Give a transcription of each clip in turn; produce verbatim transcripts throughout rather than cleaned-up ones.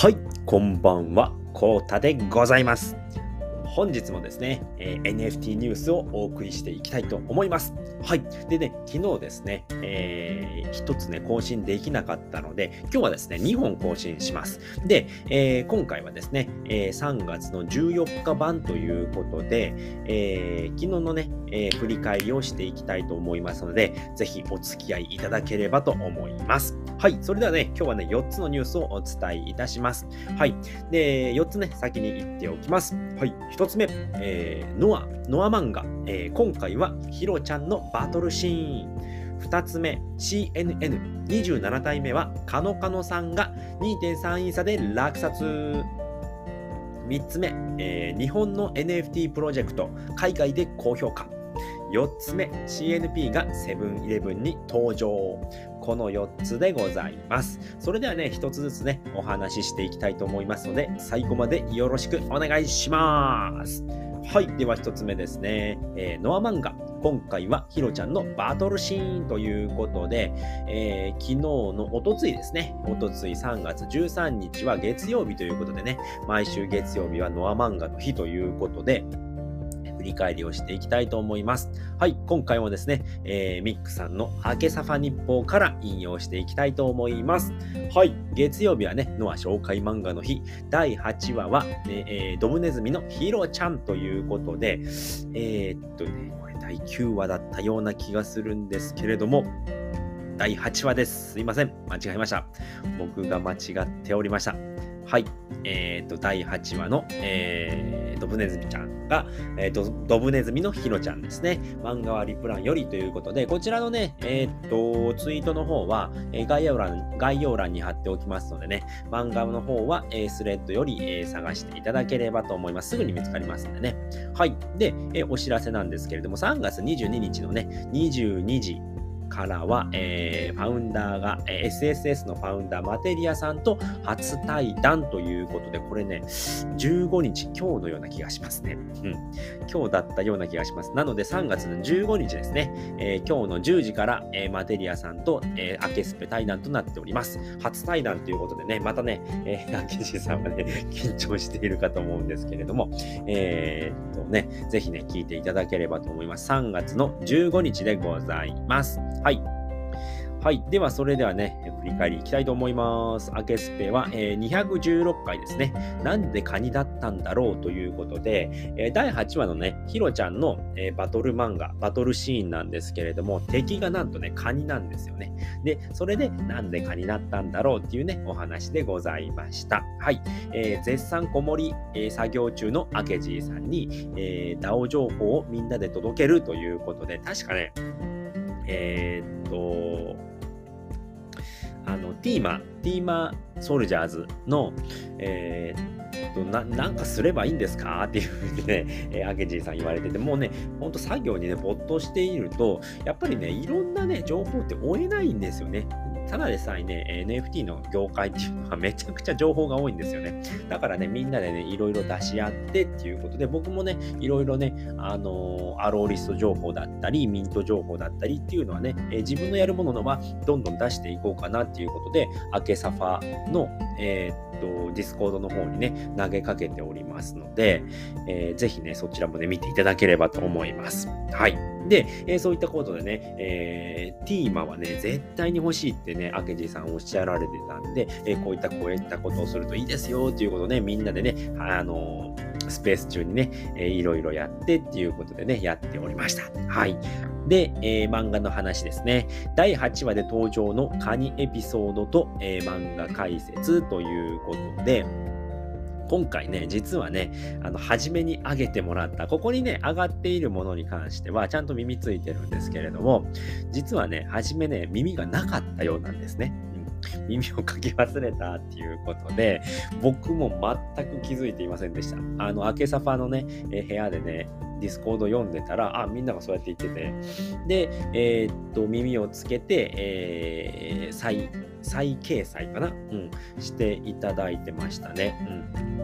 はい、こんばんは、こうたでございます。本日もですね、えー エヌエフティー ニュースをお送りしていきたいと思います。はい。でね、昨日ですね、えー、一つね、更新できなかったので、今日はですね、にほん更新します。で、えー今回はですね、えーさんがつのじゅうよっか版ということで、えー昨日のね、えー振り返りをしていきたいと思いますので、ぜひお付き合いいただければと思います。はい。それではね、今日はね、よっつのニュースをお伝えいたします。はい。で、よっつね、先に言っておきます。はい。ひとつめ、えーノア、ノア漫画。えー今回はヒロちゃんのバトルシーン。ふたつめ、シーエヌエヌにじゅうなな 体目は、カノカノさんが にてんさん イーサで落札。みっつめ、えー日本の エヌエフティー プロジェクト、海外で高評価。よっつめ、シーエヌピー がセブンイレブンに登場。このよっつでございます。それではね、ひとつずつね、お話ししていきたいと思いますので、最後までよろしくお願いします。はい。ではひとつめですね。えーノア漫画。今回はヒロちゃんのバトルシーンということで、えー昨日のおとついですね。おとついさんがつじゅうさんにちは月曜日ということでね、毎週月曜日はノア漫画の日ということで、振り返りをしていきたいと思います。はい、今回もですね、えーミックさんの明けサファ日報から引用していきたいと思います。はい、月曜日はね、ノア紹介漫画の日、だいはちわは、ねえードブネズミのヒロちゃんということで、えーっとね、これだいきゅうわだったような気がするんですけれども、だいはちわです。すいません。間違えました。僕が間違っておりました。はい。えっ、と、だいはちわの、えー、ドブネズミちゃんが、えー、とドブネズミのヒロちゃんですね。漫画はリプランよりということで、こちらのね、えっ、と、ツイートの方は、えー概要欄、概要欄に貼っておきますのでね、漫画の方は、えースレッドより、えー探していただければと思います。すぐに見つかりますんでね。はい。で、えーお知らせなんですけれども、さんがつにじゅうににちのね、にじゅうにじ、からは、えーファウンダーが、えー エスエスエス のファウンダーマテリアさんと初対談ということで、これね、じゅうごにち、今日のような気がしますね。うん。今日だったような気がします。なのでさんがつのじゅうごにちですね、えー今日のじゅうじから、えーマテリアさんと、えーアケスペ対談となっております。初対談ということでね、またね、えーアケジさんはね、緊張しているかと思うんですけれども、えーっとね、ぜひね、聞いていただければと思います。さんがつのじゅうごにちでございます。はい。はい。では、それではね、振り返りいきたいと思います。アケスペは、えーにひゃくじゅうろっかいですね。なんでカニだったんだろうということで、えーだいはちわのね、ヒロちゃんの、えーバトル漫画、バトルシーンなんですけれども、敵がなんとね、カニなんですよね。で、それで、なんでカニだったんだろうっていうね、お話でございました。はい。えー絶賛こもり、えー作業中のアケジーさんに、えー、ダオ 情報をみんなで届けるということで、確かね、えーっと、あの、ティーマ、ティーマソルジャーズの、えーっと、な、なんかすればいいんですかっていうふうにね、えー、アケジーさん言われてて、もうね、ほんと作業にね、没頭していると、やっぱりね、いろんなね、情報って追えないんですよね。ただでさえね、エヌエフティー の業界っていうのはめちゃくちゃ情報が多いんですよね。だからね、みんなでね、いろいろ出し合ってっていうことで、僕もね、いろいろね、あのーアローリスト情報だったり、ミント情報だったりっていうのはね、えー自分のやるもののはどんどん出していこうかなっていうことで、アケサファの、えーっと、ディスコードの方にね、投げかけておりますので、えーぜひね、そちらもね、見ていただければと思います。はい。で、えーそういったことでね、えーティーマはね、絶対に欲しいってね、アケジーさんおっしゃられてたんで、えーこういったこういったことをするといいですよっていうことをね、みんなでね、あのースペース中にね、えーいろいろやってっていうことでね、やっておりました。はい。で、えー漫画の話ですね。だいはちわで登場のカニエピソードと、えー漫画解説ということで、今回ね、実はね、あの、初めに上げてもらった、ここにね、上がっているものに関しては、ちゃんと耳ついてるんですけれども、実はね、初めね、耳がなかったようなんですね。うん、耳をかき忘れたっていうことで、僕も全く気づいていませんでした。あの、明けサファのね、えー部屋でね、ディスコード読んでたら、あ、みんながそうやって言ってて、で、えーっと、耳をつけて、えー再、再掲載かな、うん、していただいてましたね。うん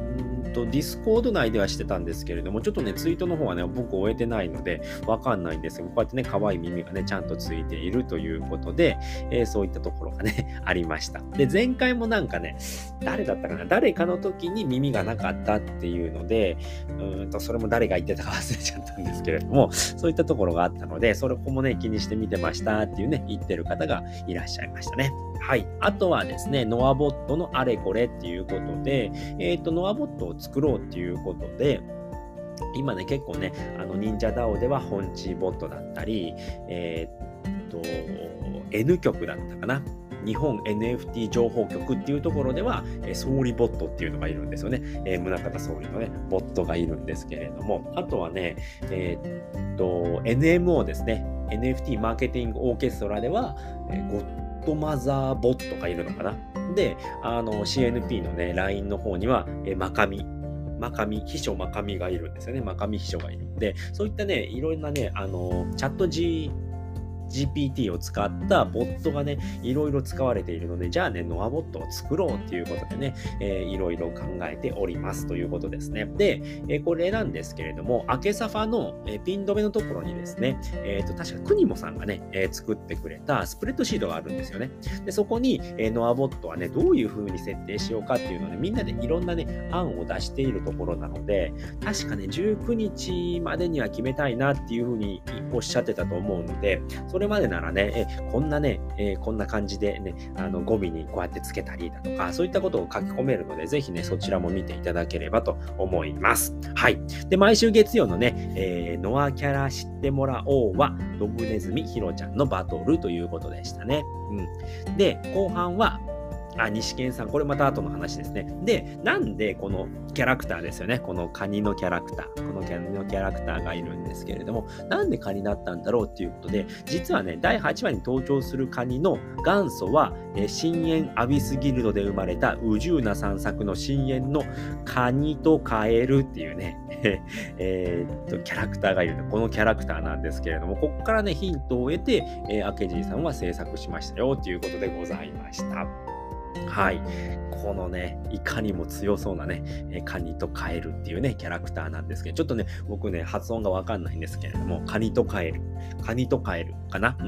ー、と、ディスコード内ではしてたんですけれども、ちょっとね、ツイートの方はね、僕終えてないので、わかんないんですけど、こうやってね、可愛い耳がね、ちゃんとついているということで、えー、そういったところがね、ありました。で、前回もなんかね、誰だったかな、誰かの時に耳がなかったっていうので、うーんと、それも誰が言ってたか忘れちゃったんですけれども、そういったところがあったので、それこもね、気にして見てましたっていうね、言ってる方がいらっしゃいましたね。はい。あとはですね、ノアボットのあれこれっていうことで、えっと、ノアボットを作ろうっていうことで、今ね、結構ね、あの、忍者ダオではホンチーボットだったり、えー、っと、N 局だったかな。日本 エヌエフティー 情報局っていうところでは、えー、総理ボットっていうのがいるんですよね。えー、宗像総理のね、ボットがいるんですけれども、あとはね、えー、っと、エヌエムオー ですね。エヌエフティー マーケティングオーケストラでは、えー、ゴッドマザーボットがいるのかな。で、あの、シーエヌピー のね、ライン の方には、えー、マカミ。マカミ、秘書マカミがいるんですよね。マカミ秘書がいるんで、そういったね、いろんなね、あの、チャット G、ジーピーティー を使ったボットがね、いろいろ使われているので、じゃあね、ノアボットを作ろうっていうことでね、えー、いろいろ考えておりますということですね。で、えー、これなんですけれども、アケサファの、えー、ピン止めのところにですね、えっと、確かクニモさんがね、えー、作ってくれたスプレッドシートがあるんですよね。で、そこに、えー、ノアボットはね、どういう風に設定しようかっていうのをね、みんなでいろんなね、案を出しているところなので、確かね、じゅうくにちまでには決めたいなっていう風におっしゃってたと思うので、それまでならね、えこんなね、えー、こんな感じでね、あの語尾にこうやってつけたりだとか、そういったことを書き込めるので、ぜひね、そちらも見ていただければと思います。はい。で、毎週月曜のね、えー、ノアキャラ知ってもらおうは、ドブネズミひろちゃんのバトルということでしたね。うん。で、後半は、あ、西健さん、これまた後の話ですね。で、なんでこのキャラクターですよね。このカニのキャラクター。このカニのキャラクターがいるんですけれども、なんでカニだったんだろうっていうことで、実はね、だいはちわに登場するカニの元祖は、えー、深淵アビスギルドで生まれたウジューナさん作の深淵のカニとカエルっていうね、えー、っと、キャラクターがいる。このキャラクターなんですけれども、ここからね、ヒントを得て、えー、明治さんは制作しましたよということでございました。はい。このね、いかにも強そうなね、えカニとカエルっていうね、キャラクターなんですけど、ちょっとね、僕ね、発音がわかんないんですけれども、カニとカエル、カニとカエルかなうん、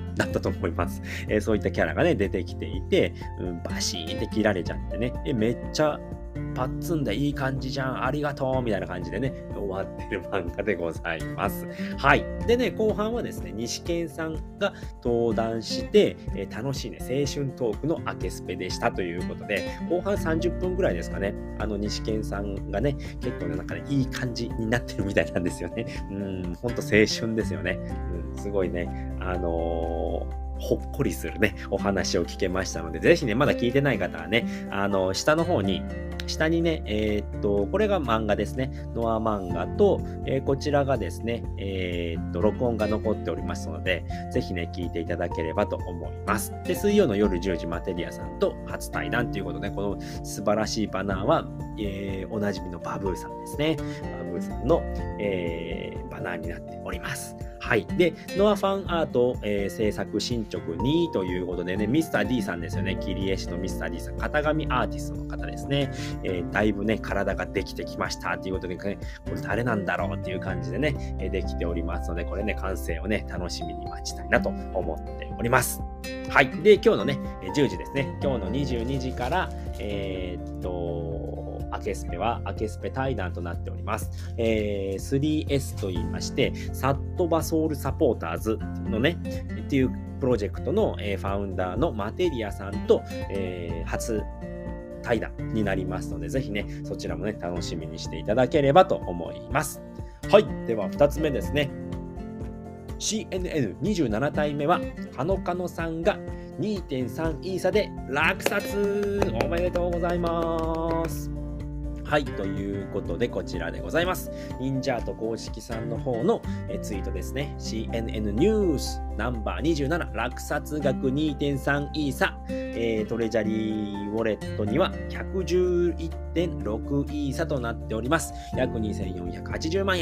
だったと思います。えー、そういったキャラがね、出てきていて、うん、バシーンって切られちゃってね、えめっちゃ、パッツンでいい感じじゃん、ありがとうみたいな感じでね、終わってる漫画でございます。はい。でね、後半はですね、西健さんが登壇して、えー、楽しいね、青春トークの明けスペでしたということで、後半さんじゅっぷんぐらいですかね、あの西健さんがね、結構ね、なんかね、いい感じになってるみたいなんですよね。うん、ほんと青春ですよね。うん、すごいね、あのーほっこりするね、お話を聞けましたので、ぜひね、まだ聞いてない方はね、あの、下の方に、下にね、えー、っと、これが漫画ですね。ノア漫画と、えー、こちらがですね、えー、っと、録音が残っておりますので、ぜひね、聞いていただければと思います。で、水曜の夜じゅうじ、マテリアさんと初対談ということで、この素晴らしいバナーは、えー、おなじみのバブーさんですね。バブーさんの、えー、バナーになっております。はい。で、ノアファンアート、えー、制作進捗にということでね、ミスター D さんですよね。切り絵師のミスター D さん、型紙アーティストの方ですね。えー、だいぶね、体ができてきましたということで、ね、これ誰なんだろうっていう感じでね、えー、できておりますので、これね、完成をね、楽しみに待ちたいなと思っております。はい。で、今日のね、じゅうじですね。今日のにじゅうにじから、えー、っと、アケスペはアケスペ対談となっております。えー、スリーエス と言いまして、サットバソウルサポーターズのね、っていうプロジェクトの、えー、ファウンダーのマテリアさんと、えー、初対談になりますので、ぜひね、そちらもね、楽しみにしていただければと思います。はい。では、ふたつめですね。シーエヌエヌにじゅうなな 体目は、カノカノさんが にてんさん イーサで落札おめでとうございます。はい、ということでこちらでございます。忍者アート公式さんの方のえツイートですね。シーエヌエヌ ニュースナンバーにじゅうなな落札額 にてんさん イーサ、えー、トレジャリーウォレットには ひゃくじゅういってんろく イーサとなっております。約にせんよんひゃくはちじゅうまんえん。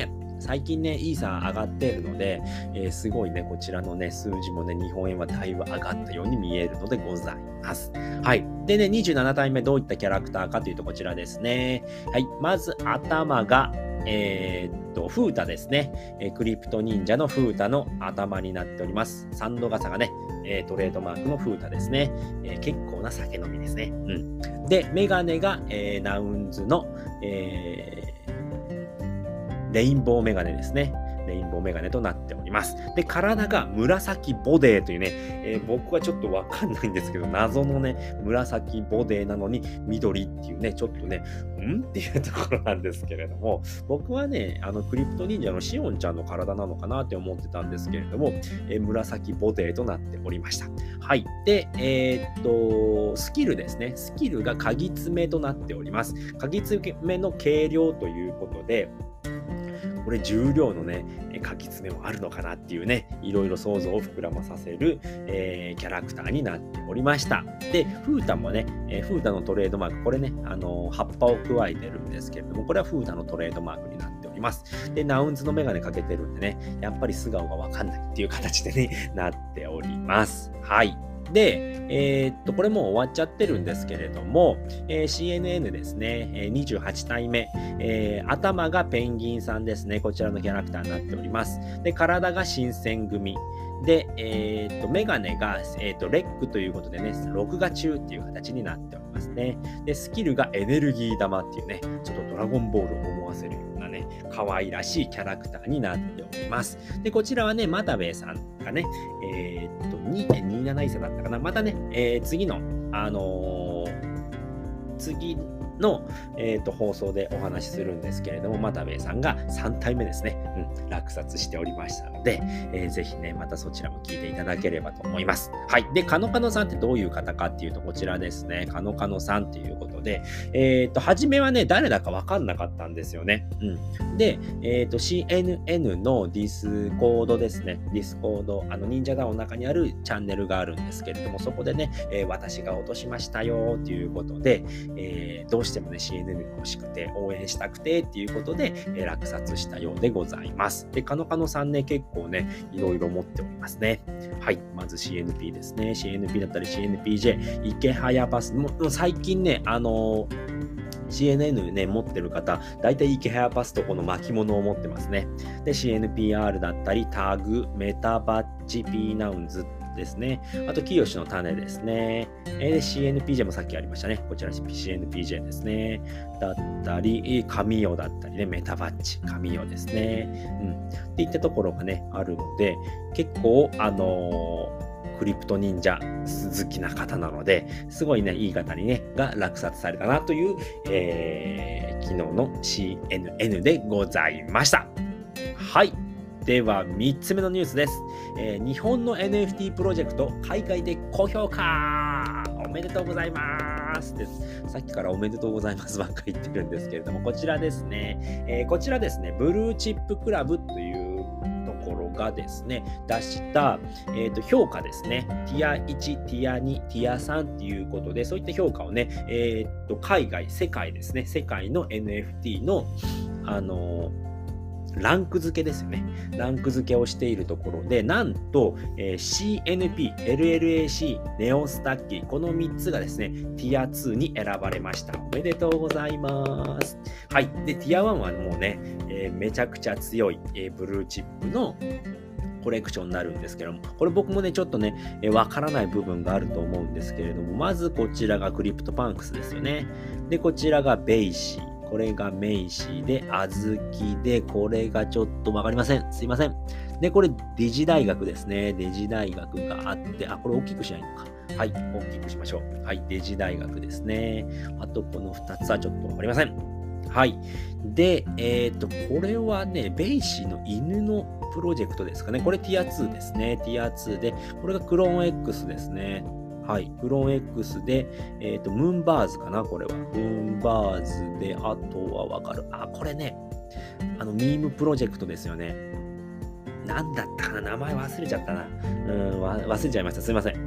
最近ね、イーサ上がっているので、えー、すごいね、こちらのね、数字もね、日本円はだいぶ上がったように見えるのでございます。はい。でね、にじゅうななたいめどういったキャラクターかというとこちらですね。はい。まず頭が、えー、っと、フータですね、えー。クリプト忍者のフータの頭になっております。サンド傘がね、えー、トレードマークのフータですね。えー、結構な酒飲みですね。うん。で、メガネが、えー、ナウンズの、えー、レインボーメガネですね。レインボーメガネとなっております。で、体が紫ボデーというね、えー、僕はちょっとわかんないんですけど、謎のね、紫ボデーなのに緑っていうね、ちょっとね、んっていうところなんですけれども、僕はね、あの、クリプト忍者のシオンちゃんの体なのかなって思ってたんですけれども、えー、紫ボデーとなっておりました。はい。で、えー、っと、スキルですね。スキルが鍵爪となっております。鍵爪の軽量ということで、これ重量のね、鍵爪もあるのかなっていうね、いろいろ想像を膨らまさせる、えー、キャラクターになっておりました。で、フータもね、えー、フータのトレードマーク、これね、あのー、葉っぱを加えてるんですけれども、これはフータのトレードマークになっております。で、ナウンズのメガネかけてるんでね、やっぱり素顔がわかんないっていう形でね、なっております。はい。で、えー、っと、これもう終わっちゃってるんですけれども、えー、シーエヌエヌ ですね、えー、にじゅうはちたいめ、えー、頭がペンギンさんですね、こちらのキャラクターになっております。で、体が新選組。で、えー、っと、メガネが、えー、っと、レックということでね、録画中っていう形になっておりますね。で、スキルがエネルギー玉っていうね、ちょっとドラゴンボールを思わせるようなね、可愛らしいキャラクターになっております。で、こちらはね、マタベイさんがね、えー、っと、にてんにじゅうなない差だったかな。またね、えー、次の、あのー、次の、えー、と放送でお話しするんですけれども、マタベイさんがさんたいめですね、うん、落札しておりましたので、えー、ぜひね、またそちらも聞いていただければと思います。はい。で、カノカノさんってどういう方かっていうと、こちらですね、カノカノさんっていうことで、えっ、ー、と、初めはね、誰だかわかんなかったんですよね。うん。で、えっ、ー、と、シーエヌエヌ のディスコードですね、ディスコード、あの、忍者ダウンの中にあるチャンネルがあるんですけれども、そこでね、えー、私が落としましたよということで、えー、どうしてもね、シーエヌエヌ が欲しくて、応援したくてっていうことで、えー、落札したようでございます。で、カノカノさんね、結構ね、いろいろ持っておりますね。はい。まず シーエヌピー ですね。シーエヌピー だったり シーエヌピージェー、池早パス。もう最近ね、あのー、シーエヌエヌ ね、持ってる方、だいたい池早パスとこの巻物を持ってますね。で、シーエヌピーアール だったり、タグ、メタバッジ、ピーナウンズですね。あと、清の種ですね。えー、シーエヌピージェー もさっきありましたね。こちら シーエヌピージェー ですね。だったり、神代だったりね、メタバッジ、神代ですね。うん。っていったところがね、あるので、結構、あのー、クリプト忍者好きな方なので、すごいね、いい方にね、が落札されたなという、えー、昨日の シーエヌエヌ でございました。はい。では、みっつめのニュースです。えー、日本の エヌエフティー プロジェクト、海外で高評価おめでとうございますです。さっきからおめでとうございますばっかり言ってるんですけれども、こちらですね。えー、こちらですね、ブルーチップクラブというところがですね、出した、えー、と評価ですね。ティアいち、ティアに、ティアさんっていうことで、そういった評価をね、えー、と海外、世界ですね、世界の エヌエフティー の、あのーランク付けですよね。ランク付けをしているところで、なんと、えー、シーエヌピー、エルエルエーシー、ネオスタッキー、このみっつがですね、ティアツーに選ばれました。おめでとうございます。はい。で、ティアワンはもうね、えー、めちゃくちゃ強い、えー、ブルーチップのコレクションになるんですけども、これ僕もね、ちょっとね、えー、わからない部分があると思うんですけれども、まずこちらがクリプトパンクスですよね。で、こちらがベイシー。これがメイシーで、あずきで、これがちょっとわかりません。すいません。で、これ、デジ大学ですね。デジ大学があって、あ、これ大きくしないのか。はい、大きくしましょう。はい、デジ大学ですね。あと、このふたつはちょっとわかりません。はい。で、えっと、これはね、ベイシーの犬のプロジェクトですかね。これティアツーですね。ティアツーで、これがクローン X ですね。はい。クローン X で、えっと、ムーンバーズかなこれは。ムーンバーズで、あとはわかる。あ、これね、あの、ミームプロジェクトですよね。なんだったかな名前忘れちゃったな。うん、忘れちゃいました。すいません。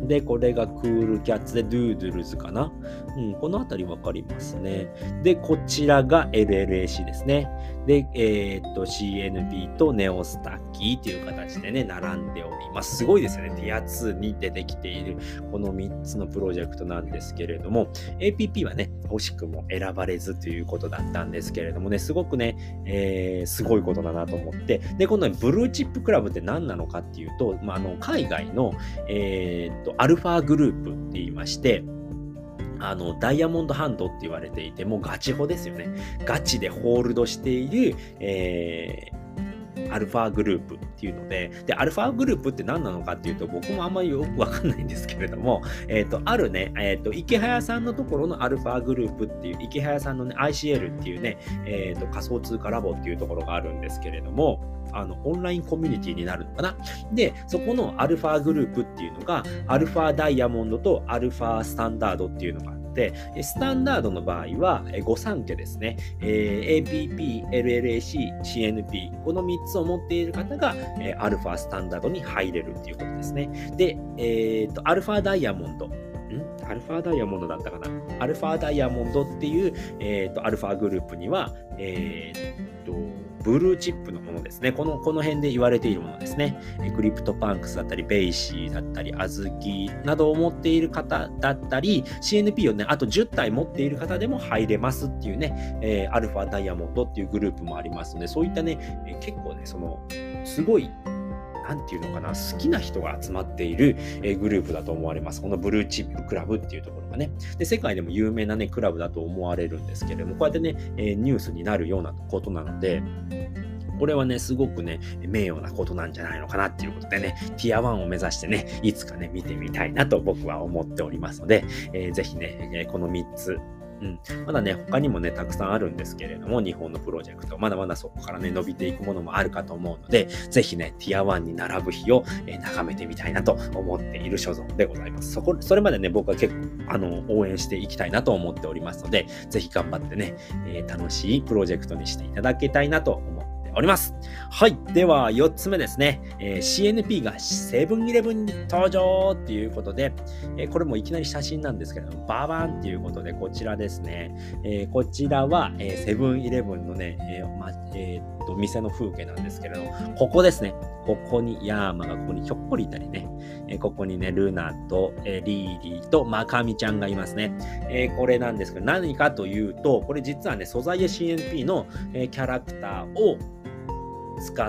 で、これがクールキャッツでドゥードゥルズかな。うん、このあたりわかりますね。で、こちらが エルエルエーシー ですね。で、えーっと、シーエヌピー とネオスタッキーという形でね、並んでおります。すごいですよね。ティアツーに出てきているこのみっつのプロジェクトなんですけれども、エーピーピー はね、惜しくも選ばれずということだったんですけれどもね、すごくね、えー、すごいことだなと思って、で、このブルーチップクラブって何なのかっていうと、まあ、あの海外の、えーっと、アルファグループって言いまして、あの、ダイヤモンドハンドって言われていて、もうガチホですよね。ガチでホールドしている、えーアルファグループっていうので、で、アルファグループって何なのかっていうと、僕もあんまりよくわかんないんですけれども、えっと、あるね、えっと、池早さんのところのアルファグループっていう、池早さんのね、アイシーエル っていうね、えっと、仮想通貨ラボっていうところがあるんですけれども、あの、オンラインコミュニティになるのかな。で、そこのアルファグループっていうのが、アルファダイヤモンドとアルファスタンダードっていうのがあって、スタンダードの場合は御三家ですね、えー、エーピーピー、エルエルエーシー、シーエヌピー、このみっつを持っている方が、えー、アルファスタンダードに入れるっていうことですね。で、えー、とアルファダイヤモンド、んアルファダイヤモンドだったかなアルファダイヤモンドっていう、えー、とアルファグループには、えー、とブルーチップのものですね。この、この辺で言われているものですね。クリプトパンクスだったり、ベイシーだったり、アズキなどを持っている方だったり、シーエヌピー をね、あとじゅったい持っている方でも入れますっていうね、えー、アルファダイヤモンドっていうグループもありますので、そういったね、えー、結構ね、その、すごい、なんていうのかな、好きな人が集まっている、えー、グループだと思われます。このブルーチップクラブっていうところがね。で、世界でも有名なね、クラブだと思われるんですけれども、こうやってね、えー、ニュースになるようなことなので、これはね、すごくね、名誉なことなんじゃないのかなっていうことでね、ティアワンを目指してね、いつかね、見てみたいなと僕は思っておりますので、えー、ぜひね、このみっつ、うん、まだね、他にもね、たくさんあるんですけれども、日本のプロジェクト、まだまだそこからね、伸びていくものもあるかと思うので、ぜひね、ティアワンに並ぶ日を、えー、眺めてみたいなと思っている所存でございます。そこ、それまでね、僕は結構、あの、応援していきたいなと思っておりますので、ぜひ頑張ってね、えー、楽しいプロジェクトにしていただきたいなと思っております。はい。では、よっつめですね。えー、シーエヌピー がセブンイレブンに登場っていうことで、えー、これもいきなり写真なんですけれども、ババーンっていうことで、こちらですね。えー、こちらは、えー、セブンイレブンのね、えーまえー、っと、店の風景なんですけれども、ここですね。ここにヤーマがここにひょっこりいたりね。えー、ここにね、ルナと、えー、リーリーとマカミちゃんがいますね。えー、これなんですけど、何かというと、これ実はね、素材や シーエヌピー の、えー、キャラクターを使って、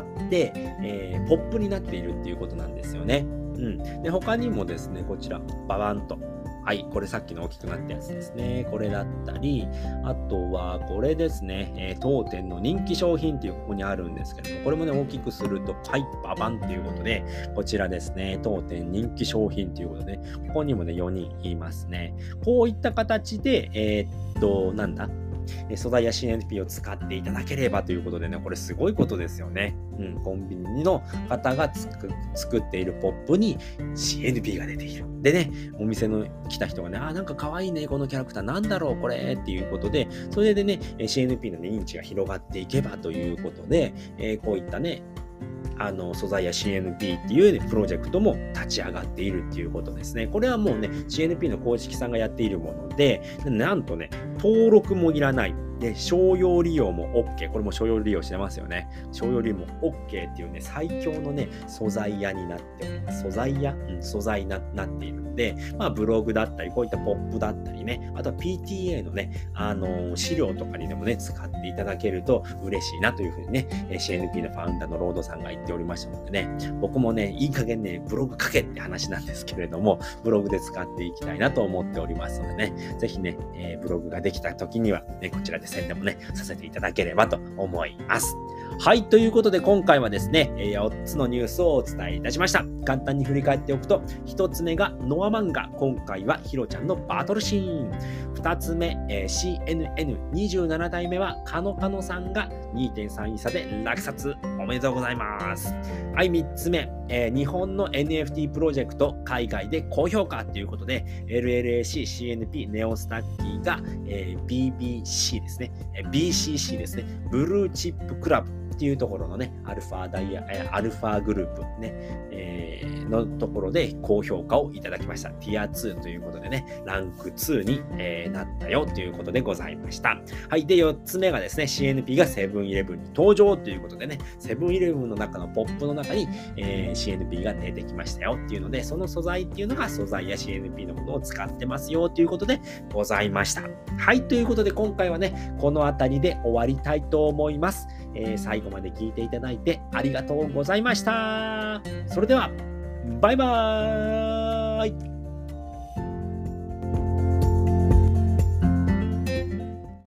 えー、ポップになっているっていうことなんですよね。うん。で、他にもですね、こちら、ババンと。はい、これさっきの大きくなったやつですね。これだったり、あとはこれですね、えー、当店の人気商品っていうここにあるんですけれども、これもね、大きくすると、はい、ババンっていうことで、こちらですね、当店人気商品っていうことで、ここにもね、よにんいますね。こういった形で、えー、っと、なんだ素材や シーエヌピー を使っていただければということでね、これすごいことですよね。うん、コンビニの方がつく作っているポップに シーエヌピー が出ている。でね、お店の来た人がね、あーなんか可愛いね、このキャラクターなんだろう、これっていうことで、それでね、シーエヌピー の、ね、認知が広がっていけばということで、えー、こういったね、あの素材や シーエヌピー っていう、ね、プロジェクトも立ち上がっているっていうことですね。これはもうね、シーエヌピー の公式さんがやっているもので、なんとね、登録もいらない。で、商用利用も OK。これも商用利用してますよね。商用利用も OK っていうね、最強のね、素材屋になっております。素材屋、うん、素材に な, なっているので、まあ、ブログだったり、こういったポップだったりね、あとは ピーティーエー のね、あのー、資料とかにでもね、使っていただけると嬉しいなというふうにね、シーエヌピー のファウンダーのロードさんが言っておりましたのでね、僕もね、いい加減ね、ブログ書けって話なんですけれども、ブログで使っていきたいなと思っておりますのでね、ぜひね、えー、ブログができた時には、ね、こちらで宣伝もね、させていただければと思います。はい、ということで今回はですね、よっつのニュースをお伝えいたしました。簡単に振り返っておくと、ひとつめがノア漫画、今回はヒロちゃんのバトルシーン。ふたつめ、えー、シーエヌエヌにじゅうなな 代目はカノカノさんが にてんさん 位差で落札。おめでとうございます。はい、みっつめ、えー、日本の エヌエフティー プロジェクト海外で高評価ということで エルエルエーシー、シーエヌピー、ネオスタッキーが、えー、ビービーシー ですね、えー、ビーシーシー ですね、ブルーチップクラブっていうところのね、アルファダイヤ、えー、アルファグループね、えーのところで高評価をいただきました。ティアツーということでね、ランクツーに、えー、なったよということでございました。はい。で、よっつめがですね、シーエヌピー がセブンイレブンに登場ということでね、セブンイレブンの中のポップの中に、えー、シーエヌピー が出てきましたよっていうので、その素材っていうのが素材や シーエヌピー のものを使ってますよということでございました。はい。ということで今回はね、この辺りで終わりたいと思います。えー、最後まで聞いていただいてありがとうございました。それでは、バイバーイ。